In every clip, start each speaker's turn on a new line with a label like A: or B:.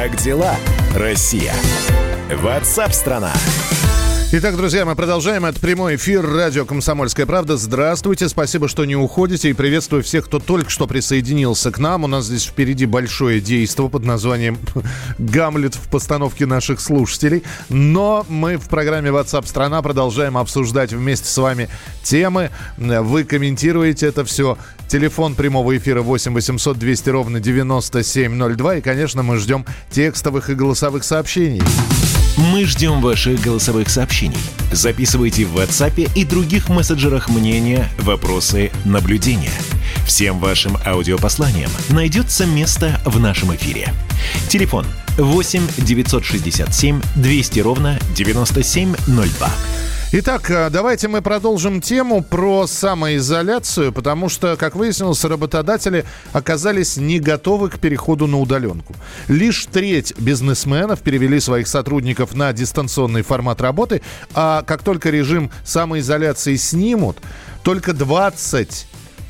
A: Как дела, Россия? WhatsApp-страна.
B: Итак, друзья, мы продолжаем. Это прямой эфир радио «Комсомольская правда». Здравствуйте, спасибо, что не уходите. И приветствую всех, кто только что присоединился к нам. У нас здесь впереди большое действо под названием «Гамлет» в постановке наших слушателей. Но мы в программе WhatsApp страна продолжаем обсуждать вместе с вами темы. Вы комментируете это все. Телефон прямого эфира 8 800 200 ровно 9702. И, конечно, мы ждем текстовых и голосовых сообщений.
A: Мы ждем ваших голосовых сообщений. Записывайте в WhatsApp и других мессенджерах мнения, вопросы, наблюдения. Всем вашим аудиопосланиям найдется место в нашем эфире. Телефон 8 967 200 ровно 9702.
B: Итак, давайте мы продолжим тему про самоизоляцию, потому что, как выяснилось, работодатели оказались не готовы к переходу на удаленку. Лишь треть бизнесменов перевели своих сотрудников на дистанционный формат работы, а как только режим самоизоляции снимут, только 20%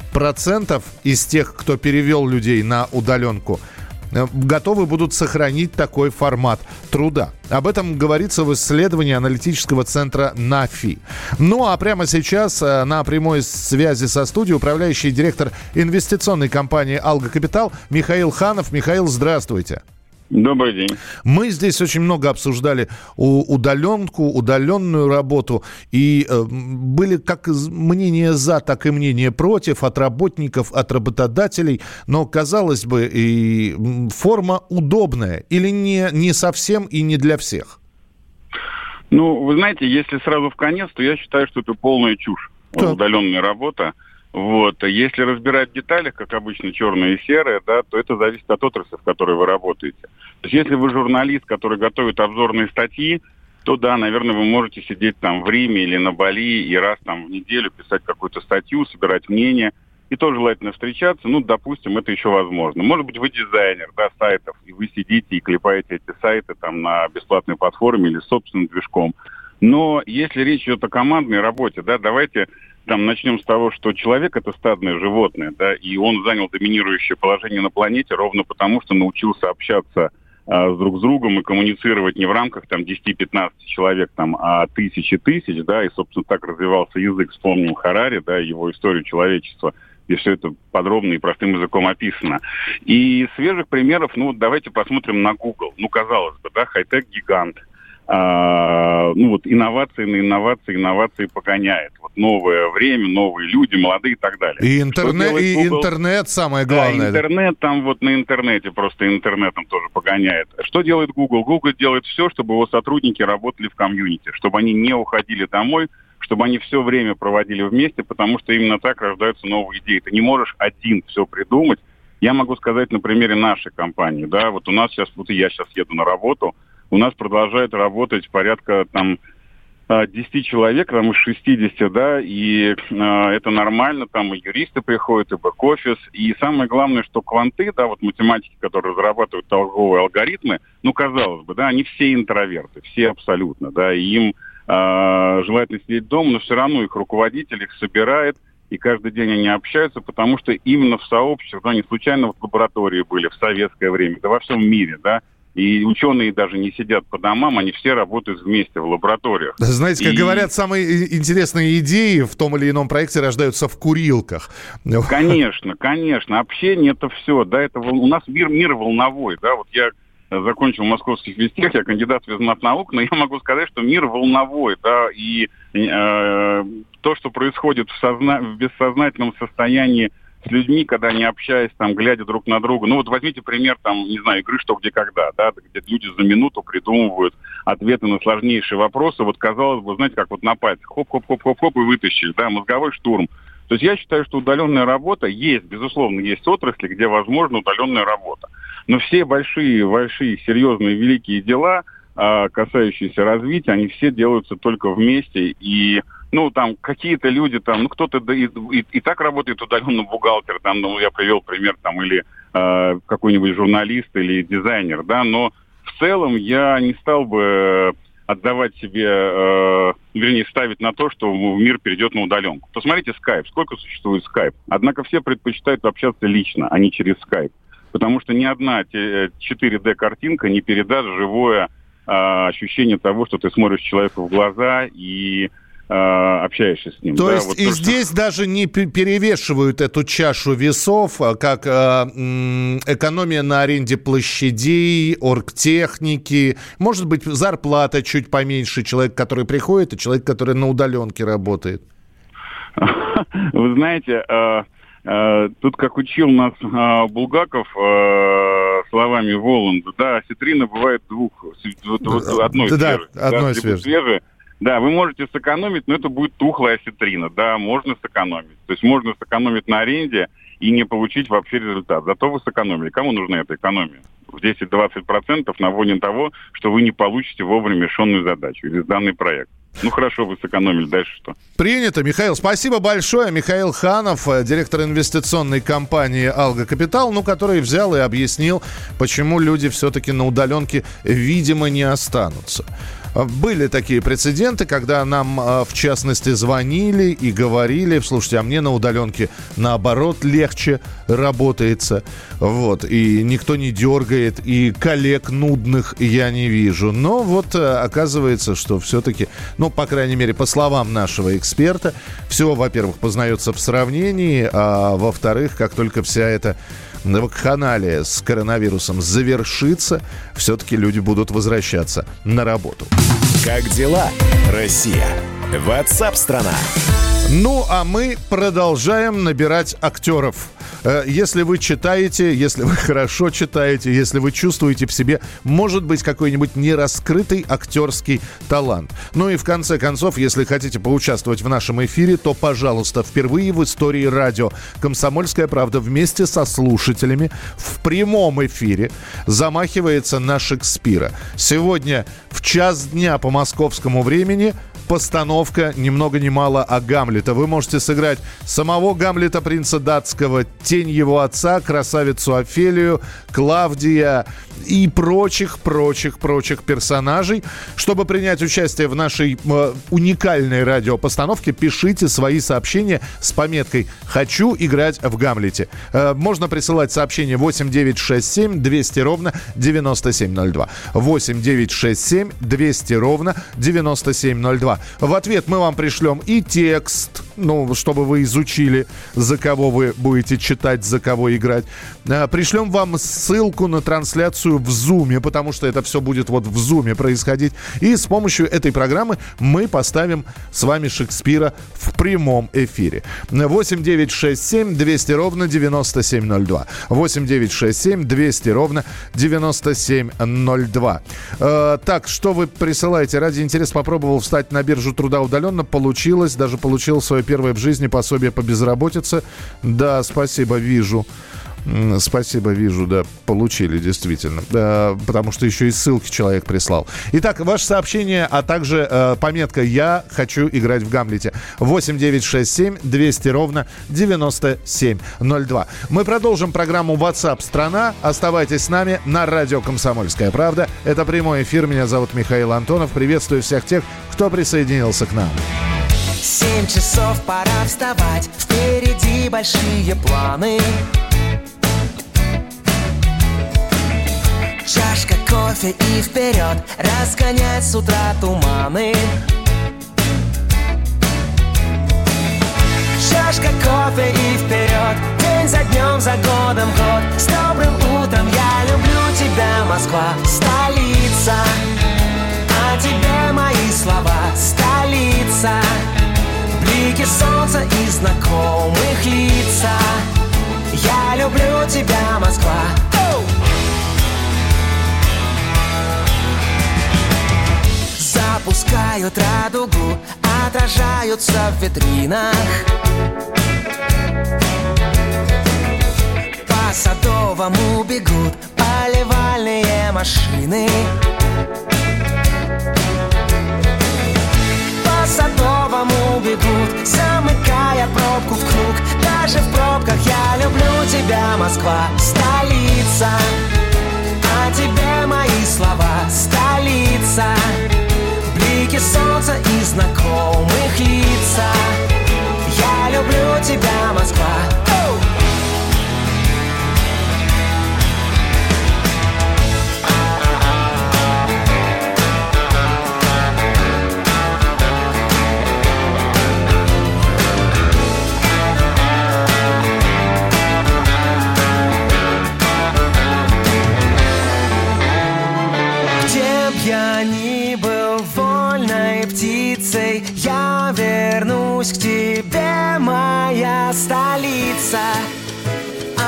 B: из тех, кто перевел людей на удаленку, готовы будут сохранить такой формат труда. Об этом говорится в исследовании аналитического центра НАФИ. Ну а прямо сейчас на прямой связи со студией управляющий директор инвестиционной компании «Алга Капитал» Михаил Ханов. Михаил, здравствуйте.
C: Добрый день.
B: Мы здесь очень много обсуждали удаленку, удаленную работу. И были как мнения за, так и мнения против от работников, от работодателей. Но, казалось бы, и форма удобная или не совсем и не для всех?
C: Ну, вы знаете, если сразу в конец, то я считаю, что это полная чушь. Удаленная работа. Вот. Если разбирать в деталях, как обычно, черное и серое, да, то это зависит от отрасли, в которой вы работаете. То есть если вы журналист, который готовит обзорные статьи, то да, наверное, вы можете сидеть там в Риме или на Бали и раз там в неделю писать какую-то статью, собирать мнение, и тоже желательно встречаться. Ну, допустим, это еще возможно. Может быть, вы дизайнер, да, сайтов, и вы сидите и клепаете эти сайты там на бесплатной платформе или с собственным движком. Но если речь идет о командной работе, да, давайте там начнем с того, что человек — это стадное животное, да, и он занял доминирующее положение на планете ровно потому, что научился общаться друг с другом и коммуницировать не в рамках там 10-15 человек, там, а тысячи, да, и, собственно, так развивался язык. Вспомним Харари, да, его историю человечества, где все это подробно и простым языком описано. И свежих примеров, ну, давайте посмотрим на Google. Ну, казалось бы, да, хай-тек-гигант. Ну вот инновации погоняет. Вот новое время, новые люди, молодые и так далее.
B: И интернет самое главное.
C: Да, интернет там вот на интернете, просто интернетом тоже погоняет. Что делает Google? Google делает все, чтобы его сотрудники работали в комьюнити, чтобы они не уходили домой, чтобы они все время проводили вместе, потому что именно так рождаются новые идеи. Ты не можешь один все придумать. Я могу сказать на примере нашей компании. Да, вот у нас сейчас, вот и я сейчас еду на работу, у нас продолжает работать порядка там 10 человек, там из 60, да, и это нормально, там и юристы приходят, и бэк-офис, и самое главное, что кванты, да, вот математики, которые разрабатывают торговые алгоритмы, ну, казалось бы, да, они все интроверты, все абсолютно, да, и им желательно сидеть дома, но все равно их руководитель их собирает, и каждый день они общаются, потому что именно в сообществе, да, не случайно вот лаборатории были в советское время, да во всем мире, да, и ученые даже не сидят по домам, они все работают вместе в лабораториях.
B: Знаете, как говорят, самые интересные идеи в том или ином проекте рождаются в курилках.
C: Конечно. Общение — это все. Да, это у нас мир волновой. Да, вот я закончил Московский физтех, я кандидат физмат-наук, но я могу сказать, что мир волновой. Да, и то, что происходит в бессознательном состоянии с людьми, когда они общаясь, там, глядя друг на друга. Ну вот возьмите пример, там, не знаю, игры «Что, где, когда», да, где люди за минуту придумывают ответы на сложнейшие вопросы. Вот казалось бы, знаете, как вот на пальцах, хоп-хоп-хоп-хоп-хоп и вытащили, да, мозговой штурм. То есть я считаю, что удаленная работа есть, безусловно, есть отрасли, где возможна удаленная работа. Но все большие, серьезные, великие дела, касающиеся развития, они все делаются только вместе. И, ну, там, какие-то люди, там, ну, кто-то и так работает удаленно, бухгалтер, там, ну, я привел пример, там, или какой-нибудь журналист или дизайнер, да, но в целом я не стал бы отдавать себе, ставить на то, что мир перейдет на удаленку. Посмотрите Skype, сколько существует Skype. Однако все предпочитают общаться лично, а не через Skype. потому что ни одна 4D-картинка не передаст живое ощущение того, что ты смотришь человеку в глаза и общаешься с ним.
B: То есть и здесь даже не перевешивают эту чашу весов, как экономия на аренде площадей, оргтехники, может быть, зарплата чуть поменьше человек, который приходит, и человек, который на удаленке работает.
C: Вы знаете, тут, как учил нас Булгаков словами Воланда, да, осетрина бывает одной свежей.
B: Одной свежей.
C: Да, вы можете сэкономить, но это будет тухлая осетрина. Да, можно сэкономить. То есть можно сэкономить на аренде и не получить вообще результат. Зато вы сэкономили. Кому нужна эта экономия? В 10-20% на фоне того, что вы не получите вовремя решенную задачу или данный проект. Ну хорошо, вы сэкономили, дальше что?
B: Принято, Михаил. Спасибо большое. Михаил Ханов, директор инвестиционной компании «Алга Капитал», который взял и объяснил, почему люди все-таки на удаленке, видимо, не останутся. Были такие прецеденты, когда нам, в частности, звонили и говорили: слушайте, а мне на удаленке, наоборот, легче работается. Вот, и никто не дергает, и коллег нудных я не вижу. Но вот оказывается, что все-таки, по крайней мере, по словам нашего эксперта, все, во-первых, познается в сравнении, а во-вторых, как только вся эта вакханалия с коронавирусом завершится, все-таки люди будут возвращаться на работу.
A: Как дела, Россия? WhatsApp-страна.
B: А мы продолжаем набирать актеров. Если вы читаете, если вы хорошо читаете, если вы чувствуете в себе, может быть, какой-нибудь нераскрытый актерский талант. И в конце концов, если хотите поучаствовать в нашем эфире, то, пожалуйста, впервые в истории радио «Комсомольская правда» вместе со слушателями в прямом эфире замахивается на Шекспира. Сегодня в 1:00 дня по московскому времени постановка ни много ни мало Гамлета. Вы можете сыграть самого Гамлета, принца датского, тень его отца, красавицу Офелию, Клавдия и прочих персонажей. Чтобы принять участие в нашей уникальной радиопостановке, пишите свои сообщения с пометкой «Хочу играть в Гамлете». Можно присылать сообщение 8 200 9702. 8 200 9702. В ответ мы вам пришлем и текст, чтобы вы изучили, за кого вы будете читать, за кого играть. Пришлем вам ссылку на трансляцию в Зуме, потому что это все будет в Зуме происходить. И с помощью этой программы мы поставим с вами Шекспира в прямом эфире. 8 200 9702. 8 200 9702. Так, что вы присылаете? Ради интереса попробовал встать на биржу труда удаленно. Получилось. Даже получил свое первое в жизни пособие по безработице. Да, спасибо, вижу. Спасибо, вижу, да, получили, действительно. Потому что еще и ссылки человек прислал. Итак, ваше сообщение, а также пометка «Я хочу играть в Гамлете». 8 200 9702. Мы продолжим программу WhatsApp страна. Оставайтесь с нами на радио «Комсомольская правда». Это прямой эфир. Меня зовут Михаил Антонов. Приветствую всех тех, кто присоединился к нам.
D: 7 часов, пора вставать. Впереди большие планы. Чашка кофе и вперед, разгонять с утра туманы. Чашка кофе и вперед, день за днем, за годом год. С добрым утром, я люблю тебя, Москва, столица. А тебе мои слова, столица. Блики солнца и знакомых лица. Я люблю тебя, Москва. Запускают радугу, отражаются в витринах. По Садовому бегут поливальные машины. По Садовому бегут, замыкая пробку в круг. Даже в пробках я люблю тебя, Москва, столица. А тебе мои слова, столица. Блики солнца и знакомых лица. Я люблю тебя, Москва.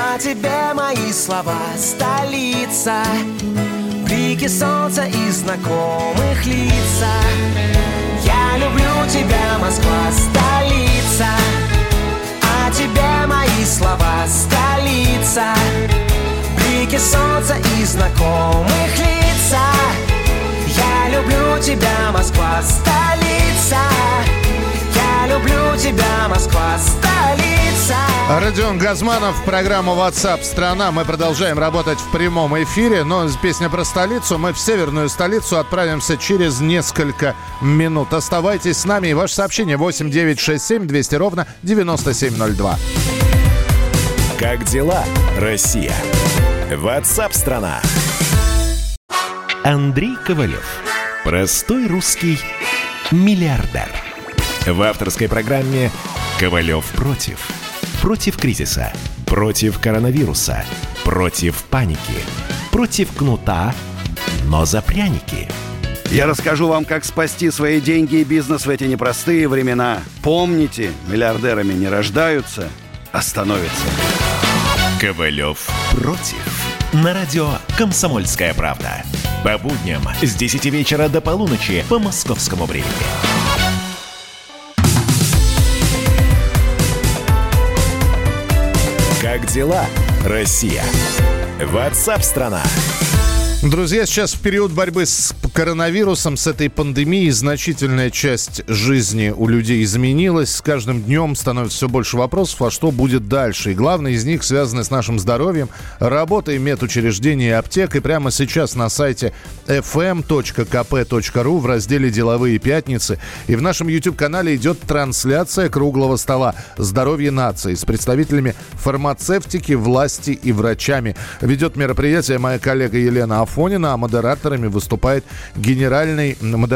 D: А тебе мои слова, столица, блики солнца и знакомых лица. Я люблю тебя, Москва, столица. А тебе мои слова, столица, блики солнца и знакомых лица. Я люблю тебя, Москва, столица. Я люблю тебя, Москва, столица.
B: Родион Газманов, программа WhatsApp страна. Мы продолжаем работать в прямом эфире, но песня про столицу. Мы в северную столицу отправимся через несколько минут. Оставайтесь с нами, и ваше сообщение 8 967 200 ровно 9702.
A: Как дела, Россия? WhatsApp страна. Андрей Ковалев. Простой русский миллиардер. В авторской программе «Ковалев против». Против кризиса, против коронавируса, против паники, против кнута, но за пряники.
E: Я расскажу вам, как спасти свои деньги и бизнес в эти непростые времена. Помните, миллиардерами не рождаются, а становятся.
A: Ковалев против. На радио «Комсомольская правда». По будням с 10 вечера до полуночи по московскому времени. Как дела, Россия? WhatsApp страна.
B: Друзья, сейчас в период борьбы с коронавирусом, с этой пандемией, значительная часть жизни у людей изменилась. С каждым днем становится все больше вопросов, а что будет дальше. И главное из них связано с нашим здоровьем, работой медучреждений и аптек. И прямо сейчас на сайте fm.kp.ru в разделе «Деловые пятницы» и в нашем YouTube-канале идет трансляция круглого стола «Здоровье нации» с представителями фармацевтики, власти и врачами. Ведет мероприятие моя коллега Елена Афонина, а модератором выступает генеральный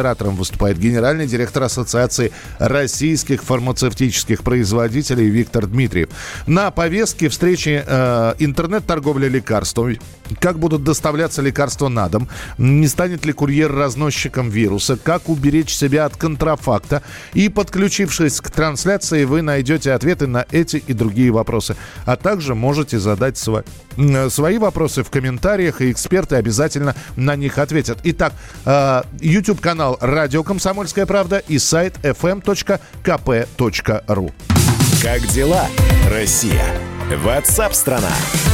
B: директор Ассоциации российских фармацевтических производителей Виктор Дмитриев. На повестке встречи интернет-торговля лекарствами. Как будут доставляться лекарства на дом? Не станет ли курьер разносчиком вируса? Как уберечь себя от контрафакта? И, подключившись к трансляции, вы найдете ответы на эти и другие вопросы. А также можете задать свои вопросы в комментариях, и эксперты обязательно на них ответят. Итак, YouTube-канал «Радио Комсомольская правда» и сайт fm.kp.ru.
A: Как дела, Россия? WhatsApp страна.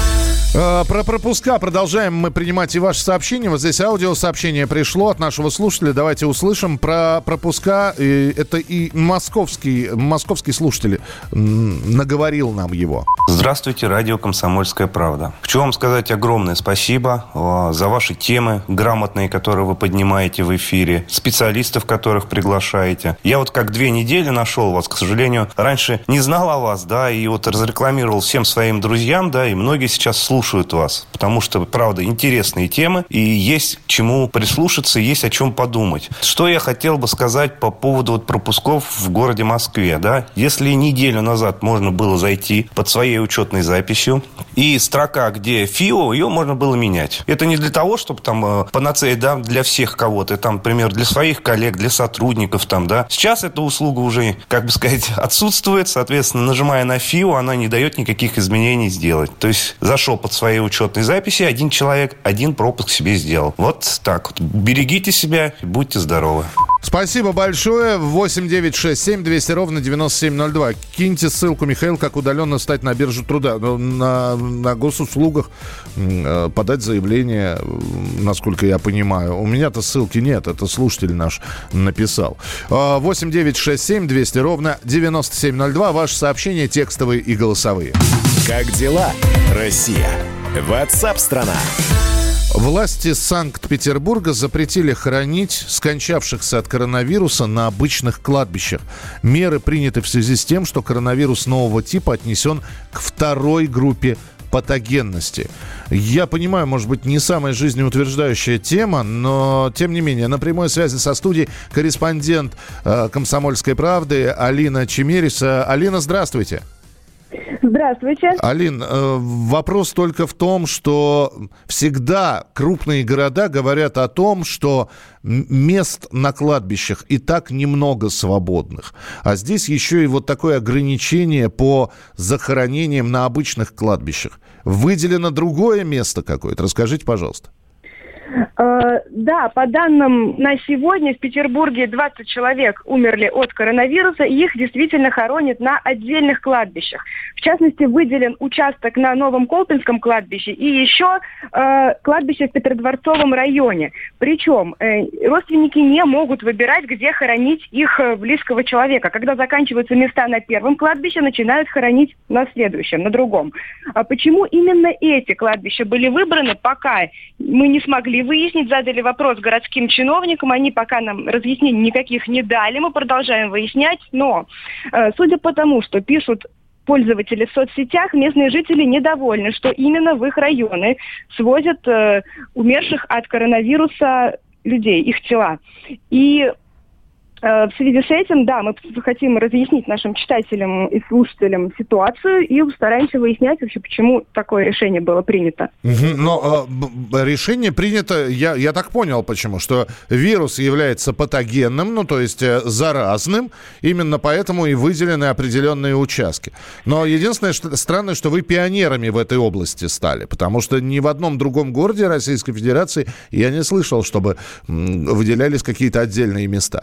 B: Про пропуска продолжаем мы принимать и ваши сообщения. Вот здесь аудиосообщение пришло от нашего слушателя. Давайте услышим про пропуска. Это и московский слушатель наговорил нам его.
F: Здравствуйте, радио «Комсомольская правда». Хочу вам сказать огромное спасибо за ваши темы грамотные, которые вы поднимаете в эфире, специалистов, которых приглашаете. Я вот как 2 недели нашел вас, к сожалению, раньше не знал о вас, да, и вот разрекламировал всем своим друзьям, да, и многие сейчас слушают вас, потому что, правда, интересные темы, и есть к чему прислушаться, есть о чем подумать. Что я хотел бы сказать по поводу вот пропусков в городе Москве, да? Если неделю назад можно было зайти под своей учетной записью, и строка, где ФИО, ее можно было менять. Это не для того, чтобы там панацея, да, для всех кого-то, там, например, для своих коллег, для сотрудников, там, да. Сейчас эта услуга уже, как бы сказать, отсутствует, соответственно, нажимая на ФИО, она не дает никаких изменений сделать. То есть зашел под своей учетной записи, один человек, один пропуск себе сделал. Вот так вот. Берегите себя и будьте здоровы.
B: Спасибо большое. 8 967 200 ровно 9702. Киньте ссылку, Михаил, как удаленно встать на биржу труда. На госуслугах подать заявление, насколько я понимаю. У меня-то ссылки нет. Это слушатель наш написал. 8 967 200 ровно 9702. Ваши сообщения текстовые и голосовые.
A: Как дела, Россия? WhatsApp страна.
B: Власти Санкт-Петербурга запретили хоронить скончавшихся от коронавируса на обычных кладбищах. Меры приняты в связи с тем, что коронавирус нового типа отнесен к 2-й группе патогенности. Я понимаю, может быть, не самая жизнеутверждающая тема, но, тем не менее, на прямой связи со студией корреспондент «Комсомольской правды» Алина Чемериса. Алина, здравствуйте.
G: Здравствуйте.
B: Алин, вопрос только в том, что всегда крупные города говорят о том, что мест на кладбищах и так немного свободных. А здесь еще и вот такое ограничение по захоронениям на обычных кладбищах. Выделено другое место какое-то? Расскажите, пожалуйста.
G: Да, по данным на сегодня в Петербурге 20 человек умерли от коронавируса, и их действительно хоронят на отдельных кладбищах. В частности, выделен участок на Новом Колпинском кладбище и еще кладбище в Петродворцовом районе. Причем родственники не могут выбирать, где хоронить их близкого человека. Когда заканчиваются места на первом кладбище, начинают хоронить на следующем, на другом. А почему именно эти кладбища были выбраны, пока мы не смогли выяснить, задали вопрос городским чиновникам, они пока нам разъяснений никаких не дали, мы продолжаем выяснять, но судя по тому, что пишут пользователи в соцсетях, местные жители недовольны, что именно в их районы свозят умерших от коронавируса людей, их тела. И в связи с этим, да, мы хотим разъяснить нашим читателям и слушателям ситуацию и стараемся выяснять вообще, почему такое решение было принято.
B: Но решение принято, я так понял, почему, что вирус является патогенным, ну, то есть заразным, именно поэтому и выделены определенные участки. Но единственное, что странно, что вы пионерами в этой области стали, потому что ни в одном другом городе Российской Федерации я не слышал, чтобы выделялись какие-то отдельные места.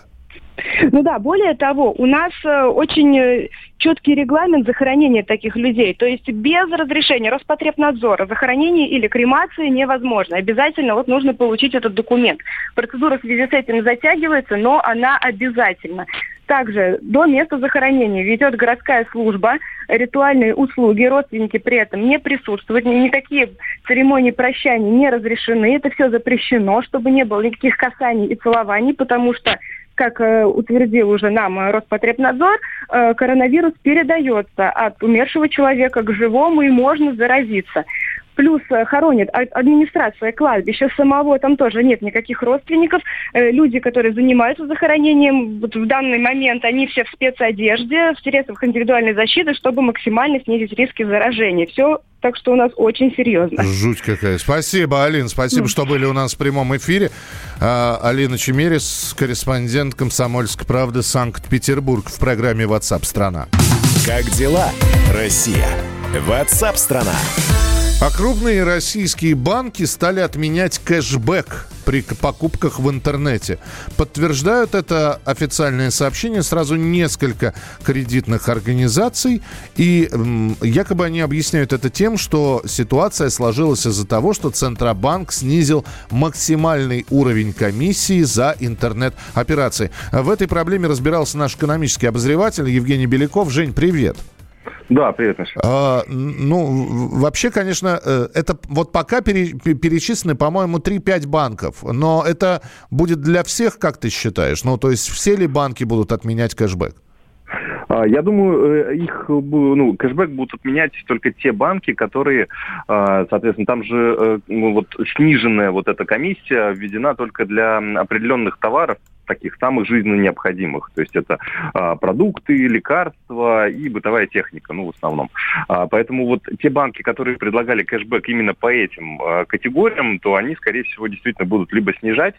G: Ну да, более того, у нас очень четкий регламент захоронения таких людей. То есть без разрешения Роспотребнадзора захоронение или кремация невозможно. Обязательно вот нужно получить этот документ. Процедура в связи с этим затягивается, но она обязательна. Также до места захоронения ведет городская служба, ритуальные услуги, родственники при этом не присутствуют, никакие церемонии прощания не разрешены, это все запрещено, чтобы не было никаких касаний и целований, потому что, как утвердил уже нам Роспотребнадзор, коронавирус передается от умершего человека к живому и можно заразиться. Плюс хоронит администрация кладбища самого, там тоже нет никаких родственников. Люди, которые занимаются захоронением, вот в данный момент они все в спецодежде, в средствах индивидуальной защиты, чтобы максимально снизить риски заражения. Все так что у нас очень серьезно.
B: Жуть какая. Спасибо, Алин, спасибо, что были у нас в прямом эфире. Алина Чемерис, корреспондент «Комсомольской правды», Санкт-Петербург, в программе WhatsApp страна.
A: Как дела, Россия? WhatsApp страна.
B: А крупные российские банки стали отменять кэшбэк при покупках в интернете. Подтверждают это официальное сообщение сразу несколько кредитных организаций. И якобы они объясняют это тем, что ситуация сложилась из-за того, что Центробанк снизил максимальный уровень комиссии за интернет-операции. В этой проблеме разбирался наш экономический обозреватель Евгений Беляков. Жень, привет.
H: Да, привет, Миша.
B: Вообще, конечно, это вот пока перечислены, по-моему, 3-5 банков. Но это будет для всех, как ты считаешь? Ну, то есть все ли банки будут отменять кэшбэк?
H: Я думаю, кэшбэк будут отменять только те банки, которые, соответственно, там же сниженная вот эта комиссия введена только для определенных товаров, таких самых жизненно необходимых. То есть это продукты, лекарства и бытовая техника, в основном. Поэтому вот те банки, которые предлагали кэшбэк именно по этим категориям, то они, скорее всего, действительно будут либо снижать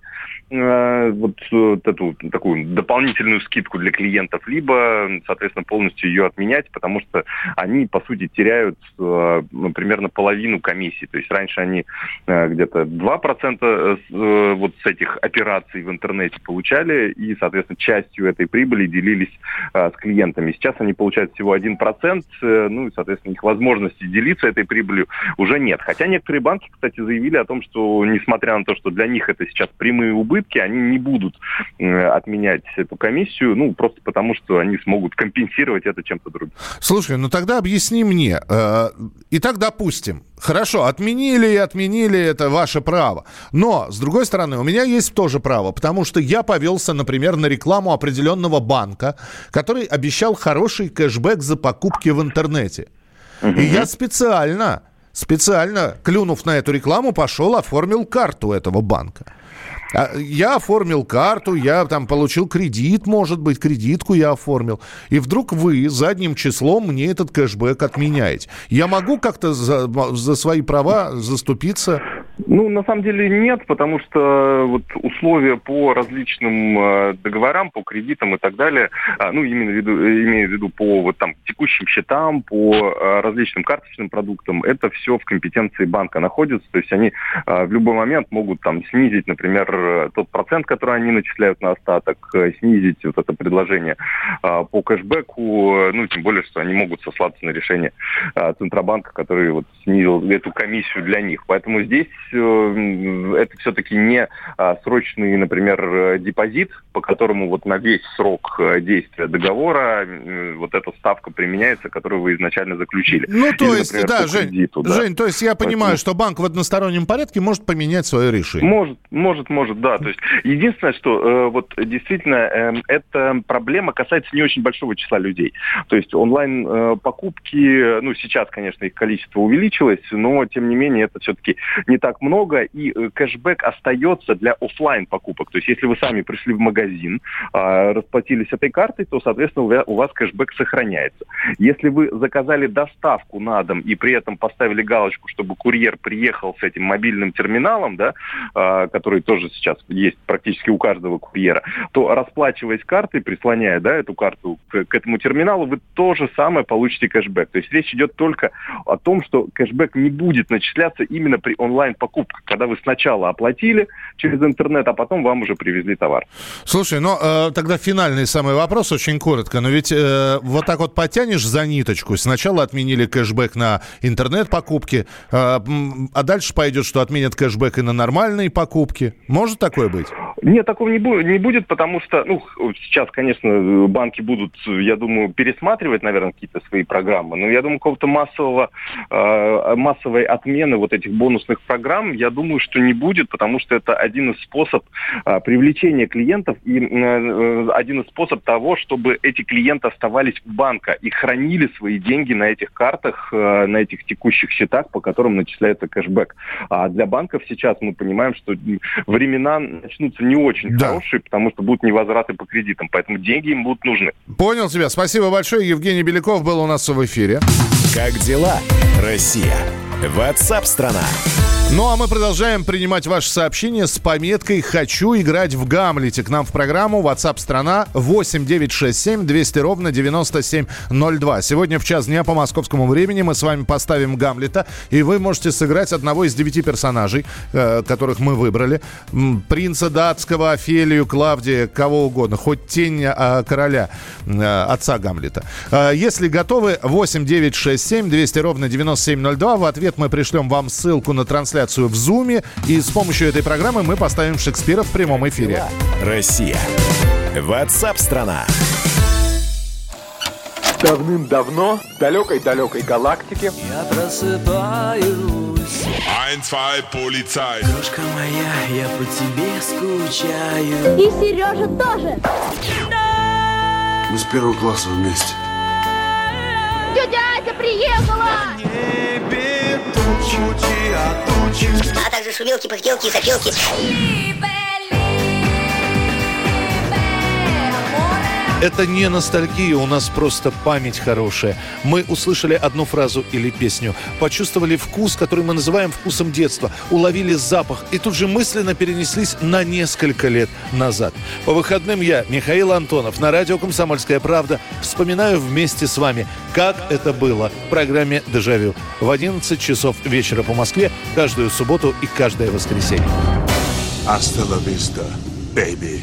H: эту такую дополнительную скидку для клиентов, либо, соответственно, полностью ее отменять, потому что они, по сути, теряют примерно половину комиссии. То есть раньше они где-то 2% вот с этих операций в интернете получали, и, соответственно, частью этой прибыли делились с клиентами. Сейчас они получают всего 1%, и, соответственно, их возможности делиться этой прибылью уже нет. Хотя некоторые банки, кстати, заявили о том, что, несмотря на то, что для них это сейчас прямые убытки, они не будут отменять эту комиссию, просто потому, что они смогут компенсировать это чем-то другим.
B: Слушай, тогда объясни мне. Итак, допустим, хорошо, отменили, это ваше право. Но, с другой стороны, у меня есть тоже право, потому что я повелся, например, на рекламу определенного банка, который обещал хороший кэшбэк за покупки в интернете. И я специально, клюнув на эту рекламу, пошел, оформил карту этого банка. Я оформил карту, я там получил кредит, может быть, кредитку я оформил. И вдруг вы задним числом мне этот кэшбэк отменяете. Я могу как-то за свои права заступиться?
H: Ну, на самом деле нет, потому что вот условия по различным договорам, по кредитам и так далее, ну, имею в виду по вот там текущим счетам, по различным карточным продуктам, это все в компетенции банка находится. То есть они в любой момент могут там снизить, например, тот процент, который они начисляют на остаток, снизить вот это предложение по кэшбэку, ну, тем более, что они могут сослаться на решение Центробанка, который вот снизил эту комиссию для них. Поэтому здесь это все-таки не срочный, например, депозит, по которому вот на весь срок действия договора вот эта ставка применяется, которую вы изначально заключили.
B: Ну, то есть, например, да, Жень, то есть я понимаю, что банк в одностороннем порядке может поменять свое решение. Может, да. То есть единственное, что вот действительно эта проблема касается не очень большого числа людей. То есть онлайн-покупки, ну, сейчас, конечно, их количество увеличилось, но, тем не менее, это все-таки не так много, и кэшбэк остается для офлайн покупок. То есть если вы сами пришли в магазин, расплатились этой картой, то, соответственно, у вас кэшбэк сохраняется. Если вы заказали доставку на дом и при этом поставили галочку, чтобы курьер приехал с этим мобильным терминалом, да, который тоже сейчас есть практически у каждого курьера, то, расплачиваясь картой, прислоняя, да, эту карту к этому терминалу, вы то же самое получите кэшбэк. То есть речь идет только о том, что кэшбэк не будет начисляться именно при онлайн-покупках, когда вы сначала оплатили через интернет, а потом вам уже привезли товар. Слушай, тогда финальный самый вопрос, очень коротко. Но ведь вот так вот потянешь за ниточку. Сначала отменили кэшбэк на интернет-покупки, а дальше пойдет, что отменят кэшбэк и на нормальные покупки. Может такое быть?
H: Нет, такого не будет, потому что, сейчас, конечно, банки будут, я думаю, пересматривать, наверное, какие-то свои программы, но я думаю, какого-то массовой отмены вот этих бонусных программ, я думаю, что не будет, потому что это один из способов привлечения клиентов и один из способов того, чтобы эти клиенты оставались у банка и хранили свои деньги на этих картах, на этих текущих счетах, по которым начисляется кэшбэк. А для банков сейчас мы понимаем, что времена начнутся не очень хорошие, потому что будут невозвраты по кредитам, поэтому деньги им будут нужны.
B: Понял тебя. Спасибо большое. Евгений Беляков был у нас в эфире.
A: Как дела, Россия? WhatsApp-страна.
B: Ну, а мы продолжаем принимать ваши сообщения с пометкой «Хочу играть в Гамлете». К нам в программу WhatsApp-страна 8-967-200-97-02. Сегодня в час дня по московскому времени мы с вами поставим Гамлета, и вы можете сыграть одного из 9 персонажей, которых мы выбрали. Принца датского, Офелию, Клавдия, кого угодно. Хоть тень короля, отца Гамлета. Если готовы, 8-967-200-97-02. В ответ мы пришлем вам ссылку на трансляцию в Зуме, и с помощью этой программы мы поставим Шекспира в прямом эфире.
A: Россия. WhatsApp-страна.
I: Давным-давно в далекой-далекой галактике
D: я просыпаюсь.
J: 1, 2, полицай.
D: Крошка моя, я по тебе скучаю.
K: И Сережа тоже.
L: Мы с первого класса вместе.
K: Тетя Ася приехала!
M: А также шумелки, пыхтелки и сопелки.
B: Это не ностальгия, у нас просто память хорошая. Мы услышали одну фразу или песню, почувствовали вкус, который мы называем вкусом детства, уловили запах и тут же мысленно перенеслись на несколько лет назад. По выходным я, Михаил Антонов, на радио «Комсомольская правда» вспоминаю вместе с вами, как это было в программе «Дежавю» в 11 часов вечера по Москве каждую субботу и каждое воскресенье.
L: Hasta la vista, baby.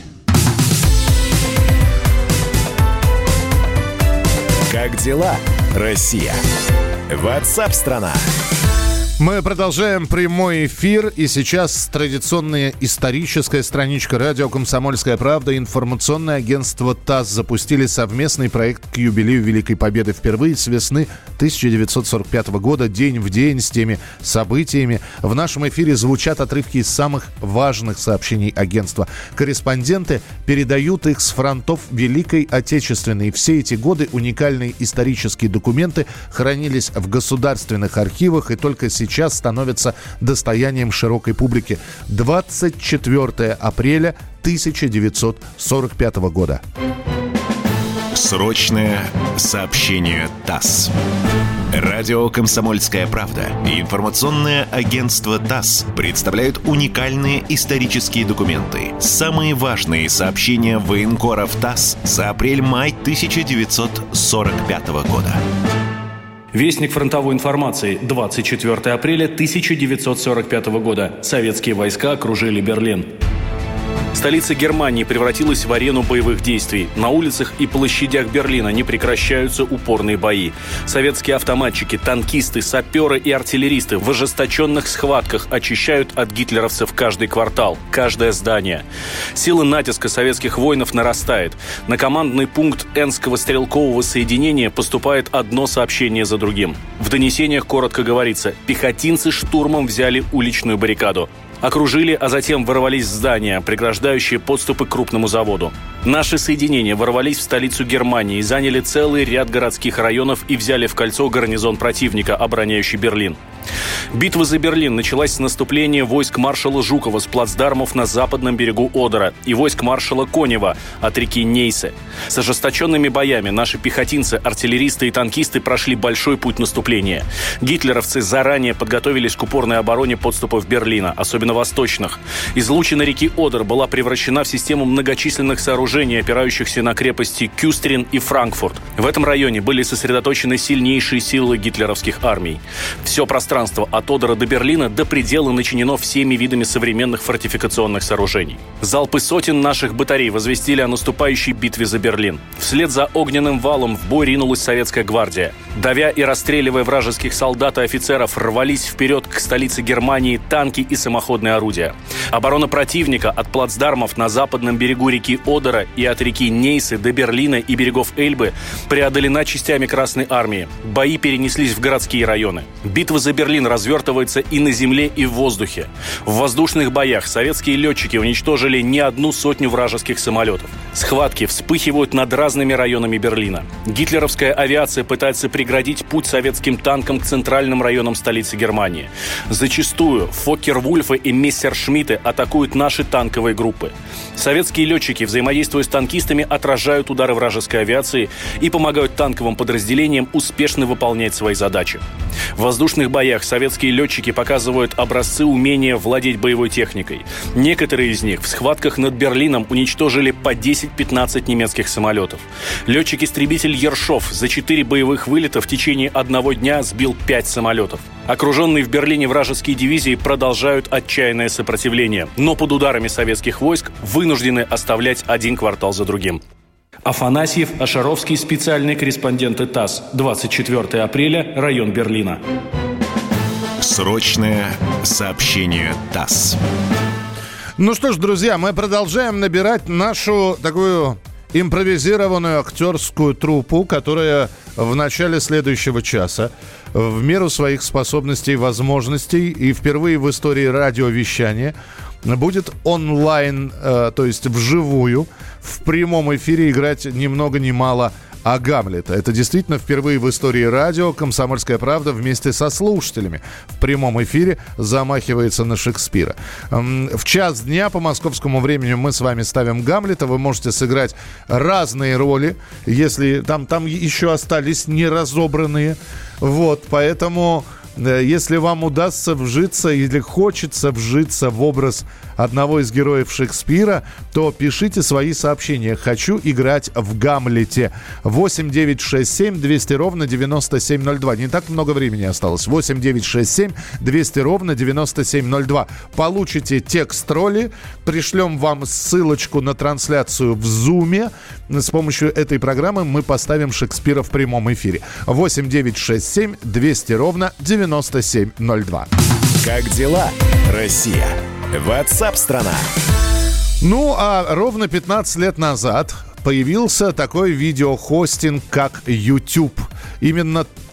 A: Как дела, Россия? WhatsApp-страна.
B: Мы продолжаем прямой эфир, и сейчас традиционная историческая страничка радио «Комсомольская правда» и информационное агентство ТАСС запустили совместный проект к юбилею Великой Победы впервые с весны 1945 года, день в день с теми событиями. В нашем эфире звучат отрывки из самых важных сообщений агентства. Корреспонденты передают их с фронтов Великой Отечественной. Все эти годы уникальные исторические документы хранились в государственных архивах, и только сейчас сейчас становятся достоянием широкой публики. 24 апреля 1945 года.
A: Срочное сообщение ТАСС. Радио «Комсомольская правда» и информационное агентство ТАСС представляют уникальные исторические документы. Самые важные сообщения военкоров ТАСС за апрель-май 1945 года.
N: Вестник фронтовой информации. 24 апреля 1945 года. Советские войска окружили Берлин. Столица Германии превратилась в арену боевых действий. На улицах и площадях Берлина не прекращаются упорные бои. Советские автоматчики, танкисты, саперы и артиллеристы в ожесточенных схватках очищают от гитлеровцев каждый квартал, каждое здание. Сила натиска советских воинов нарастает. На командный пункт Энского стрелкового соединения поступает одно сообщение за другим. В донесениях коротко говорится: пехотинцы штурмом взяли уличную баррикаду. Окружили, а затем ворвались в здания, преграждающие подступы к крупному заводу. Наши соединения ворвались в столицу Германии, заняли целый ряд городских районов и взяли в кольцо гарнизон противника, обороняющий Берлин. Битва за Берлин началась с наступления войск маршала Жукова с плацдармов на западном берегу Одера и войск маршала Конева от реки Нейсе. С ожесточенными боями наши пехотинцы, артиллеристы и танкисты прошли большой путь наступления. Гитлеровцы заранее подготовились к упорной обороне подступов Берлина, особенно восточных. Излучина реки Одер была превращена в систему многочисленных сооружений, опирающихся на крепости Кюстрин и Франкфурт. В этом районе были сосредоточены сильнейшие силы гитлеровских армий. Все пространство от Одера до Берлина до предела начинено всеми видами современных фортификационных сооружений. Залпы сотен наших батарей возвестили о наступающей битве за Берлин. Вслед за огненным валом в бой ринулась советская гвардия. Давя и расстреливая вражеских солдат и офицеров, рвались вперед к столице Германии танки и самоходные орудия. Оборона противника от плацдармов на западном берегу реки Одера и от реки Нейсе до Берлина и берегов Эльбы преодолена частями Красной армии. Бои перенеслись в городские районы. Битва за Берлин развертывается и на земле, и в воздухе. В воздушных боях советские летчики уничтожили не одну сотню вражеских самолетов. Схватки вспыхивают над разными районами Берлина. Гитлеровская авиация пытается преградить путь советским танкам к центральным районам столицы Германии. Зачастую Фоккер-Вульфы и Мессершмитты атакуют наши танковые группы. Советские летчики, взаимодействуя с танкистами, отражают удары вражеской авиации и помогают танковым подразделениям успешно выполнять свои задачи. В воздушных боях советские летчики показывают образцы умения владеть боевой техникой. Некоторые из них в схватках над Берлином уничтожили по 10-15 немецких самолетов. Летчик-истребитель Ершов за 4 боевых вылета в течение одного дня сбил 5 самолетов. Окруженные в Берлине вражеские дивизии продолжают отчаянное сопротивление, но под ударами советских войск вынуждены оставлять один квартал за другим. Афанасьев, Ашаровский, специальные корреспонденты ТАСС. 24 апреля, район Берлина.
A: Срочное сообщение ТАСС.
B: Ну что ж, друзья, мы продолжаем набирать нашу такую импровизированную актерскую труппу, которая в начале следующего часа в меру своих способностей и возможностей и впервые в истории радиовещания будет онлайн, то есть вживую, в прямом эфире играть ни много ни мало а Гамлета. Это действительно впервые в истории радио «Комсомольская правда» вместе со слушателями в прямом эфире замахивается на Шекспира. В час дня по московскому времени мы с вами ставим Гамлета. Вы можете сыграть разные роли, если там еще остались неразобранные. Вот, поэтому... Если вам удастся вжиться или хочется вжиться в образ одного из героев Шекспира, то пишите свои сообщения. «Хочу играть в Гамлете». 8 9 6 7 200 ровно 9702. Не так много времени осталось. 8 9 6 7 200 ровно 9702. Получите текст роли. Пришлем вам ссылочку на трансляцию в Зуме. С помощью этой программы мы поставим Шекспира в прямом эфире. 8 9 6 7 200 ровно 9702.
A: Как дела, Россия? WhatsApp-страна.
B: Ну, а ровно 15 лет назад появился такой видеохостинг, как YouTube. Именно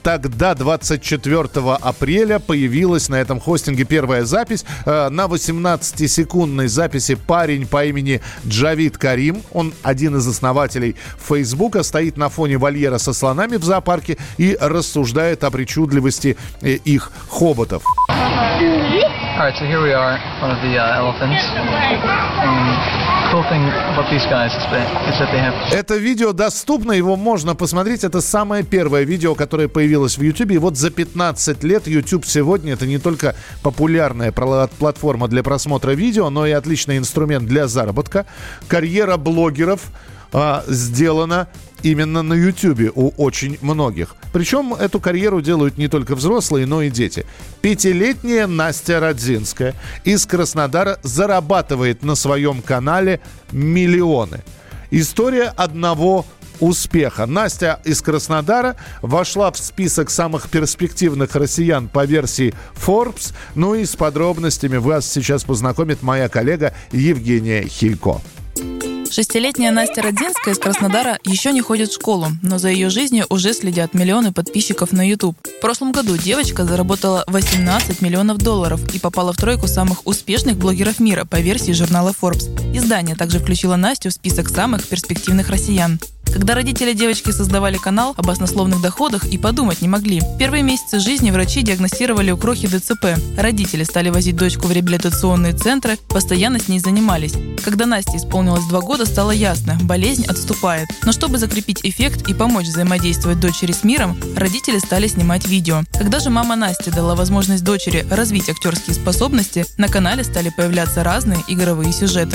B: тогда, 24 апреля, появилась на этом хостинге первая запись. На 18-секундной записи парень по имени Джавид Карим, он один из основателей Фейсбука, стоит на фоне вольера со слонами в зоопарке и рассуждает о причудливости их хоботов.
O: Alright, so here we are, one of the elephants. Cool thing about these guys is that they have...
B: Это видео доступно, его можно посмотреть. Это самое первое видео, которое появилось в YouTube. И вот за 15 лет YouTube сегодня это не только популярная платформа для просмотра видео, но и отличный инструмент для заработка. Карьера блогеров сделана именно на YouTube у очень многих. Причем эту карьеру делают не только взрослые, но и дети. 5-летняя Настя Родзинская из Краснодара зарабатывает на своем канале миллионы. История одного успеха. Настя из Краснодара вошла в список самых перспективных россиян по версии Forbes. Ну и с подробностями вас сейчас познакомит моя коллега Евгения Хилько.
P: 6-летняя Настя Родзинская из Краснодара еще не ходит в школу, но за ее жизнью уже следят миллионы подписчиков на YouTube. В прошлом году девочка заработала $18 миллионов и попала в тройку самых успешных блогеров мира по версии журнала Forbes. Издание также включило Настю в список самых перспективных россиян. Когда родители девочки создавали канал, об баснословных доходах и подумать не могли. В первые месяцы жизни врачи диагностировали у крохи ДЦП. Родители стали возить дочку в реабилитационные центры, постоянно с ней занимались. Когда Насте исполнилось 2 года, стало ясно – болезнь отступает. Но чтобы закрепить эффект и помочь взаимодействовать дочери с миром, родители стали снимать видео. Когда же мама Насти дала возможность дочери развить актерские способности, на канале стали появляться разные игровые сюжеты.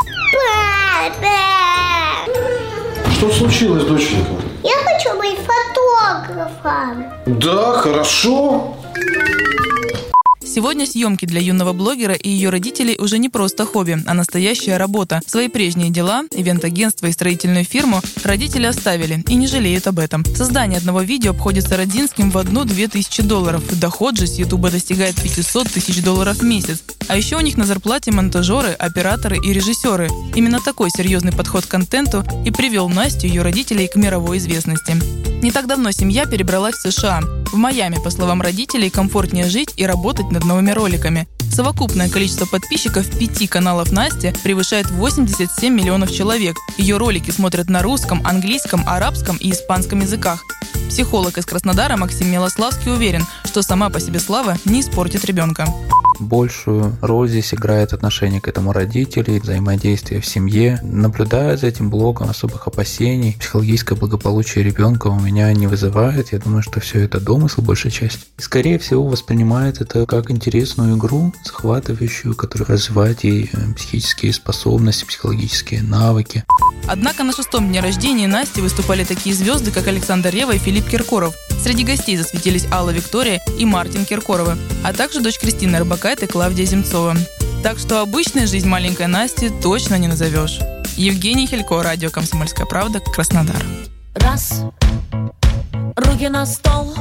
L: Что случилось, доченька?
K: Я хочу быть фотографом.
L: Да, хорошо.
P: Сегодня съемки для юного блогера и ее родителей уже не просто хобби, а настоящая работа. Свои прежние дела, ивент-агентство и строительную фирму родители оставили и не жалеют об этом. Создание одного видео обходится Родзинским в $1-2 тысячи. Доход же с Ютуба достигает $500 тысяч в месяц. А еще у них на зарплате монтажеры, операторы и режиссеры. Именно такой серьезный подход к контенту и привел Настю и ее родителей к мировой известности. Не так давно семья перебралась в США. В Майами, по словам родителей, комфортнее жить и работать над новыми роликами. Совокупное количество подписчиков 5 каналов Насти превышает 87 миллионов человек. Ее ролики смотрят на русском, английском, арабском и испанском языках. Психолог из Краснодара Максим Милославский уверен, что сама по себе слава не испортит ребенка.
Q: Большую роль здесь играет отношение к этому родителей, взаимодействие в семье. Наблюдая за этим блогом, особых опасений, психологическое благополучие ребенка у меня не вызывает. Я думаю, что все это домысл большей части. И, скорее всего, воспринимает это как интересную игру, захватывающую, которая развивает ей психические способности, психологические навыки.
P: Однако на 6-м дне рождения Насти выступали такие звезды, как Александр Ревва и Филипп Киркоров. Среди гостей засветились Алла Виктория и Мартин Киркоровы, а также дочь Кристины Орбакайте и Клавдия Земцова. Так что обычная жизнь маленькой Насти точно не назовешь. Евгений Хилько, радио «Комсомольская правда», Краснодар.
R: Раз, руки на стол.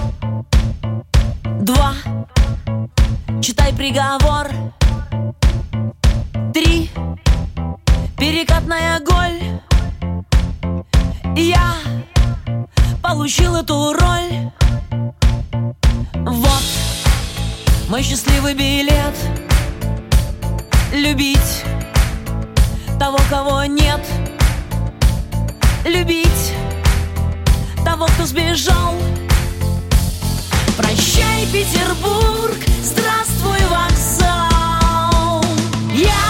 R: 2, читай приговор. 3, перекатная голь. Я получил эту роль. Вот мой счастливый билет. Любить того, кого нет. Любить того, кто сбежал. Прощай, Петербург, здравствуй, вокзал. Я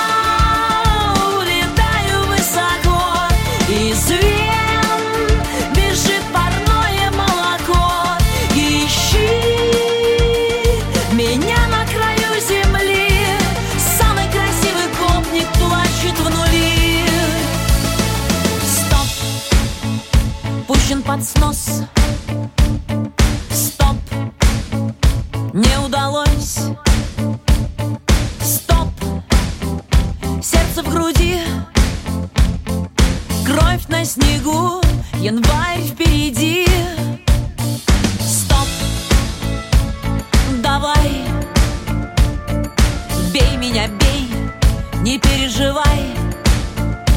R: улетаю высоко, из вен бежит парное молоко. Ищи меня на краю земли, самый красивый гопник плачет в нули. Стоп, пущен под снос. Стоп, не удалось. Стоп, сердце в груди, кровь на снегу, январь впереди. Стоп, давай, бей меня, бей, не переживай.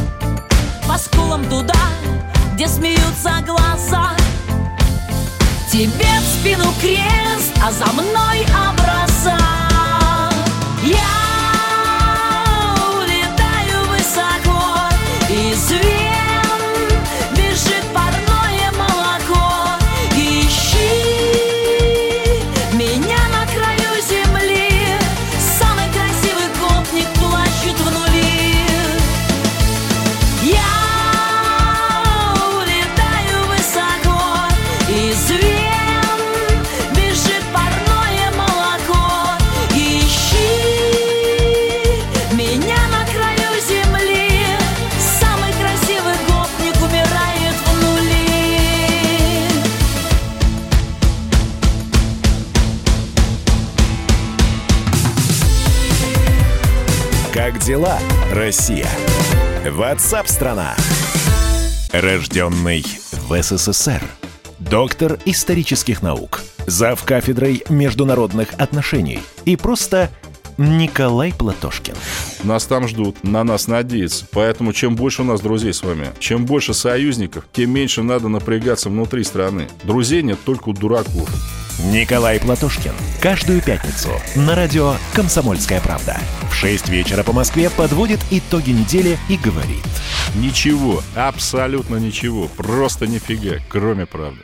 R: По скулам туда, где смеются глаза. тебе в спину крест, а за мной образа. Я улетаю высоко, из вен бежит парное молоко. Ищи меня на краю земли, самый красивый гопник плачет в нули. Я улетаю высоко, из вен бежит парное молоко. Ищи меня на краю земли, самый красивый гопник умирает в нули.
A: Как дела, Россия? WhatsApp-страна. Рожденный в СССР. Доктор исторических наук. Зав. Кафедрой международных отношений. И просто Николай Платошкин.
S: Нас там ждут, на нас надеются. Поэтому чем больше у нас друзей с вами, чем больше союзников, тем меньше надо напрягаться внутри страны. Друзей нет только у дураков.
A: Николай Платошкин. Каждую пятницу на радио «Комсомольская правда». В 6 вечера по Москве подводит итоги недели и говорит:
S: ничего, абсолютно ничего, просто нифига, кроме правды.